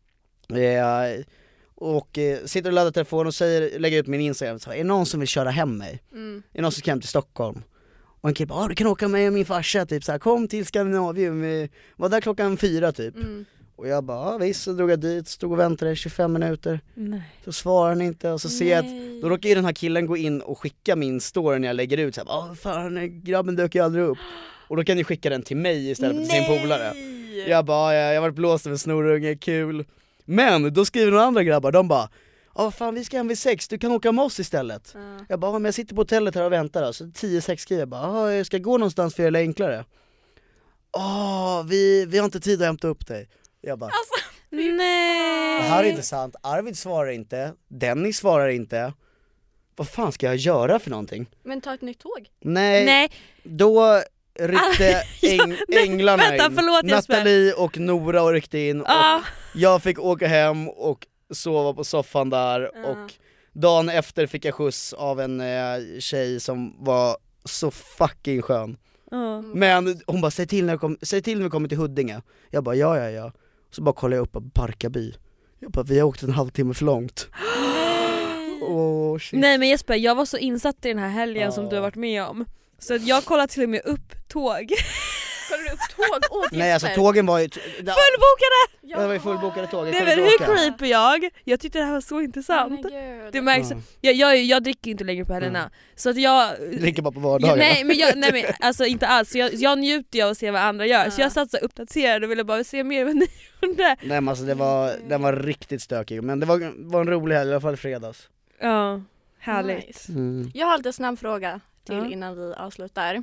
Och sitter och laddar telefonen och lägger ut min Instagram. Så, är det någon som vill köra hem mig? Är det någon som ska hem till Stockholm? Och en kille bara, du kan åka med min farsa typ så här, kom till Skandinavien, vi var där klockan 4 typ. Och jag bara, visst, så drog jag dit, stod och väntade 25 minuter. Nej. Så svarar han inte och så ser jag att, då råkar ju den här killen gå in och skicka min story när jag lägger ut så här, fan, grabben dök ju aldrig upp. Och då kan ni skicka den till mig istället för till sin polare. Jag bara, jag har varit blåst över snorunge, kul. Men då skriver några andra grabbar, de bara, fan vi ska hem vid 6, du kan åka med oss istället. Jag bara, men jag sitter på hotellet här och väntar då. Så 10-6 skriver jag bara, jag ska gå någonstans för att göra det enklare. Vi har inte tid att hämta upp dig. Jag bara, nej. Det här är inte sant, Arvid svarar inte, Dennis svarar inte. Vad fan ska jag göra för någonting? Men ta ett nytt tåg. Nej. Då ryckte änglarna vänta, in. Förlåt, Natalie och Nora ryckte in och jag fick åka hem och sova på soffan där. Och dagen efter fick jag skjuts av en tjej som var så fucking skön. Men hon bara, säg till när vi kommer till Huddinge. Jag bara, ja. Så bara kollade jag upp på Barkarby. Jag bara, vi har åkt en halvtimme för långt. Shit. Nej men Jesper, jag var så insatt i den här helgen som du har varit med om. Så att jag kollade till och med upp tåg. Kollade du upp tåg åt Nej, alltså tågen var ju fullbokade! Ja. Det var ju fullbokade tåg. Det är väl hur creepy jag tyckte det här var så intressant. Det märks, jag dricker inte längre på helgerna. Så att jag dricker bara på vardagar. Nej men alltså inte alls. Jag njuter av att se vad andra gör. Så jag satt så uppdaterad och ville bara se mer vad ni gjorde. Nej men alltså den var riktigt stökig. Men det var en rolig helg, i alla fall fredags. Ja, härligt. Nice. Jag har lite snabb fråga till innan vi avslutar.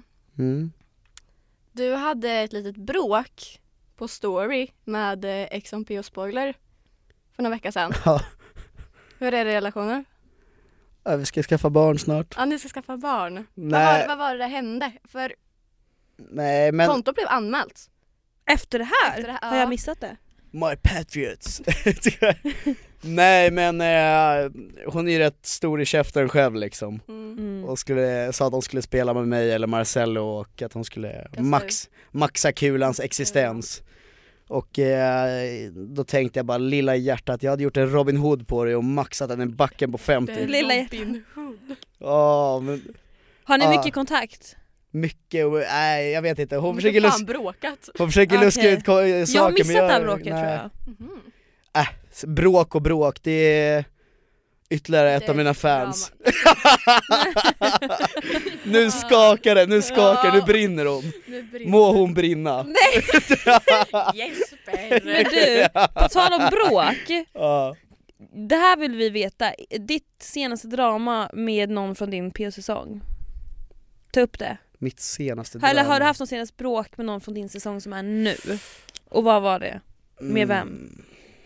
Du hade ett litet bråk på story med XMP och Spoiler för några veckor sedan. Hur är det i relationer? Vi ska skaffa barn snart. Ja, ni ska skaffa barn. Nej. Vad var det hände? För men kontot blev anmält. Efter det här? Har jag missat det? My Patriots. Nej men hon är ju rätt stor i käften själv liksom. Och sa att de skulle spela med mig eller Marcello och att hon skulle maxa kulans existens. Och då tänkte jag bara, lilla hjärtat, jag hade gjort en Robin Hood på det och maxat den i backen på 50. Lilla Robin Hood. Men har ni mycket kontakt? mycket, nej jag vet inte. Hon försöker luska ut saker. Jag har missat det här bråket tror jag. Bråk och bråk, det är ytterligare ett av mina fans. Nu skakar det, nu brinner hon. Må hon brinna. Nej. Men du, på tal om bråk. Det här vill vi veta. Ditt senaste drama med någon från din PO-säsong. Ta upp det. Mitt senaste drama. Eller har du haft någon senaste bråk med någon från din säsong som är nu? Och vad var det? Med vem?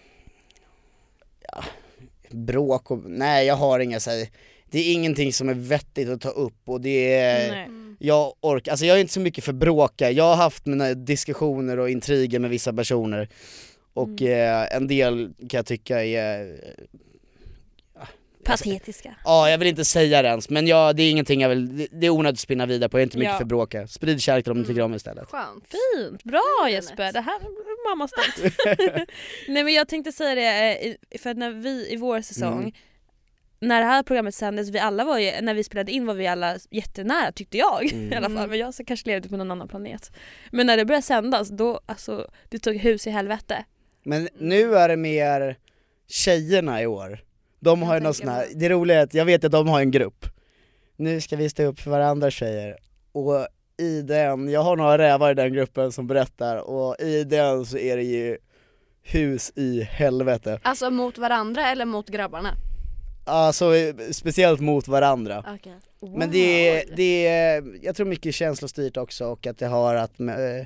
Ja, bråk och... Nej, jag har inga säg. Det är ingenting som är vettigt att ta upp och det är... Jag är inte så mycket för bråka. Jag har haft mina diskussioner och intriger med vissa personer. Och en del kan jag tycka är... patetiska. Ja, jag vill inte säga det ens. Men det är ingenting jag vill... Det är onödigt att spinna vidare på. Jag är inte mycket för bråka. Sprid kärlek till dem du tycker om istället. Skönt. Fint, bra Jesper. Det här är mamma stolt. Nej men jag tänkte säga det, för att när vi i vår säsong, när det här programmet sändes, när vi spelade in var vi alla jättenära tyckte jag i alla fall, men jag så kanske levde på någon annan planet. Men när det började sändas, då alltså, det tog hus i helvete. Men nu är det mer tjejerna i år. De har ju någon sån här, det roliga är att jag vet att de har en grupp. Nu ska vi stå upp för varandra tjejer. Och i den, jag har några rävar i den gruppen som berättar, och i den så är det ju hus i helvete. Alltså mot varandra eller mot grabbarna? Alltså speciellt mot varandra. Okay. Wow. Men det är, jag tror mycket känslostyrt också, och att det har att med,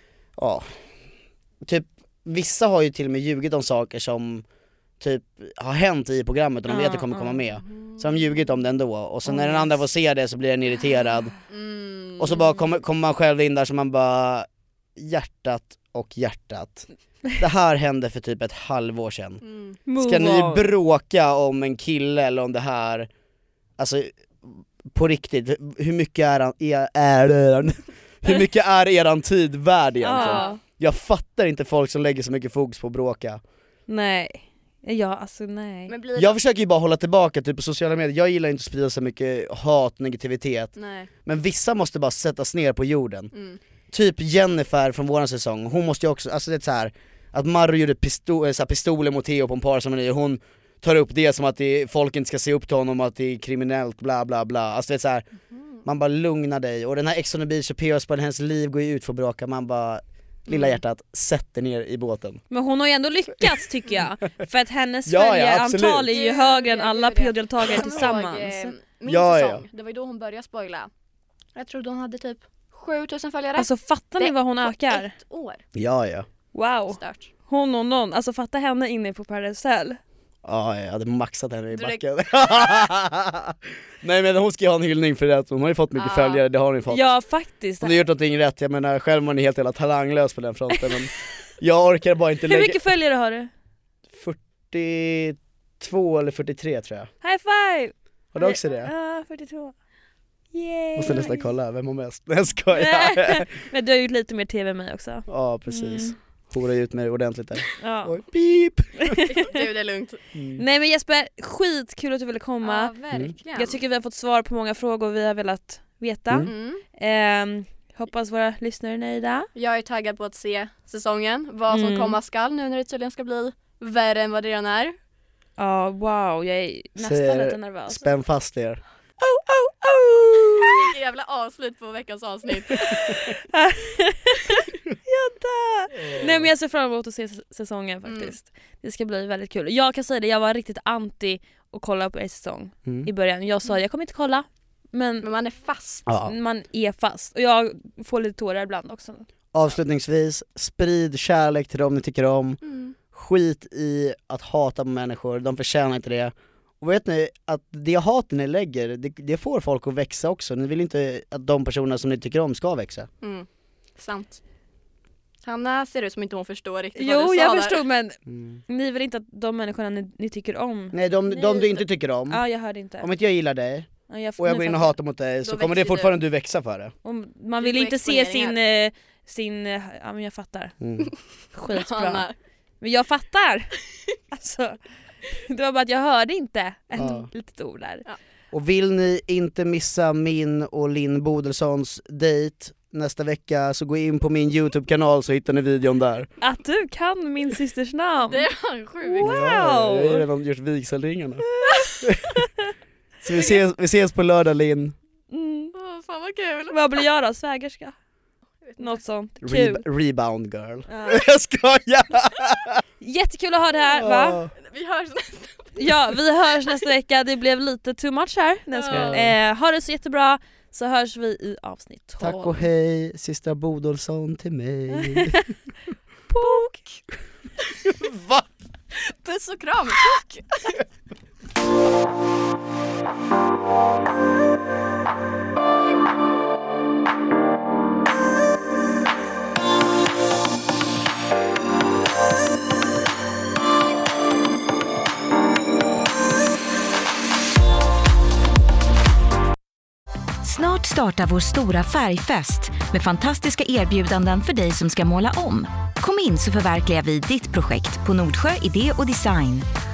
typ vissa har ju till och med ljugit om saker som typ har hänt i programmet och de vet att det kommer komma med. Så de har ljugit om det ändå. Och så när den andra får se det så blir den irriterad. Och så bara kommer man själv in där så man bara, hjärtat. Det här hände för typ ett halvår sedan. Ska ni bråka om en kille eller om det här? Alltså på riktigt, hur mycket hur mycket är eran tid värd egentligen? Jag fattar inte folk som lägger så mycket fokus på att bråka. Nej. Ja, alltså nej. Jag försöker ju bara hålla tillbaka typ på sociala medier. Jag gillar inte att sprida så mycket hat, negativitet. Nej. Men vissa måste bara sättas ner på jorden. Typ Jennifer från våran säsong. Hon måste ju också, alltså det är så här att Marro gjorde pistoler mot Theo på en parceremoni. Hon tar upp det som att folk inte ska se upp till honom, att det är kriminellt, bla bla bla. Alltså det är så här, man bara lugnar dig. Och den här Ex on the Beach och PO, hennes liv går ju ut för att bråka. Man bara, lilla hjärtat, sätter ner i båten. Men hon har ju ändå lyckats tycker jag. För att hennes följarantal är ju högre än alla PO-deltagare tillsammans. Min säsong, det var ju då hon började spoila. Jag trodde hon hade typ 7000 följare. Alltså fattar ni vad hon ökar? Ett år. Ja. Wow. Stört. Hon och någon, alltså fatta henne inne på Paradise Hotel. Ja, jag hade maxat henne i backen. Nej men hon ska ju ha en hyllning för det. Hon har ju fått mycket följare, det har hon ju fått. Ja faktiskt. Hon har gjort någonting rätt, jag menar själv man är helt jävla talanglös på den fronten. Men jag orkar bara inte Hur mycket följare har du? 42 eller 43 tror jag. High five! Har du också det? Ja, 42. Yay. Måste nästan kolla, vem har mest? Jag skojar. Men du har gjort lite mer tv än mig också. Ja, precis. Hora ut mig ordentligt där. Ja. Oj, pip! Du, det är lugnt. Nej men Jesper, skitkul att du ville komma. Ja, verkligen. Jag tycker vi har fått svar på många frågor vi har velat veta. Hoppas våra lyssnare är nöjda. Jag är taggad på att se säsongen. Vad som komma skall nu när det tydligen ska bli värre än vad det redan är. Ja, wow. Jag är nästan lite nervös. Spänn fast er. Vilket jävla avslut på veckans avsnitt. Nej men jag ser fram emot att se säsongen faktiskt. Det ska bli väldigt kul. Jag kan säga det, jag var riktigt anti att kolla på en säsong i början. Jag sa jag kommer inte kolla. Men man är fast. Man är fast. Och jag får lite tårar ibland också. Avslutningsvis, sprid kärlek till dem ni tycker om. Skit i att hata människor, de förtjänar inte det. Och vet ni att det haten ni lägger, det får folk att växa också. Ni vill inte att de personer som ni tycker om ska växa. Sant. Hanna ser ut som inte hon förstår riktigt vad Jo, du sa jag där. förstod, men ni vill inte att de människorna ni tycker om. Nej, de du inte tycker om. Ja, jag hörde inte. Om inte jag gillar dig Ja, och jag går in och hatar mot dig så kommer det fortfarande du växa för det. Man vill får inte se exponeringar. ja, men jag fattar. Mm. Skitbra. Hanna. Men jag fattar. Alltså, det var bara att jag hörde inte ett litet ord där. Ja. Och vill ni inte missa min och Linn Bodelssons dejt nästa vecka så gå in på min YouTube-kanal så hittar ni videon där. Att du kan min systers namn. Det var sjukt. Wow. Ja, jag har redan gjort vigselringarna. Så vi ses på lördag, Linn. Fan vad kul. Vad blir jag då? Svägerska? Något sånt. Kul. Rebound girl. Ja. Jag skojar! Jättekul att ha det här, va? Vi hörs nästa. Ja, vi hörs nästa vecka. Det blev lite too much här. Ha det så jättebra, så hörs vi i avsnitt 12. Tack och hej, sista Bodolsson till mig. Pok! Va? Puss och kram. Pok! Snart startar vår stora färgfest med fantastiska erbjudanden för dig som ska måla om. Kom in så förverkligar vi ditt projekt på Nordsjö Idé och Design.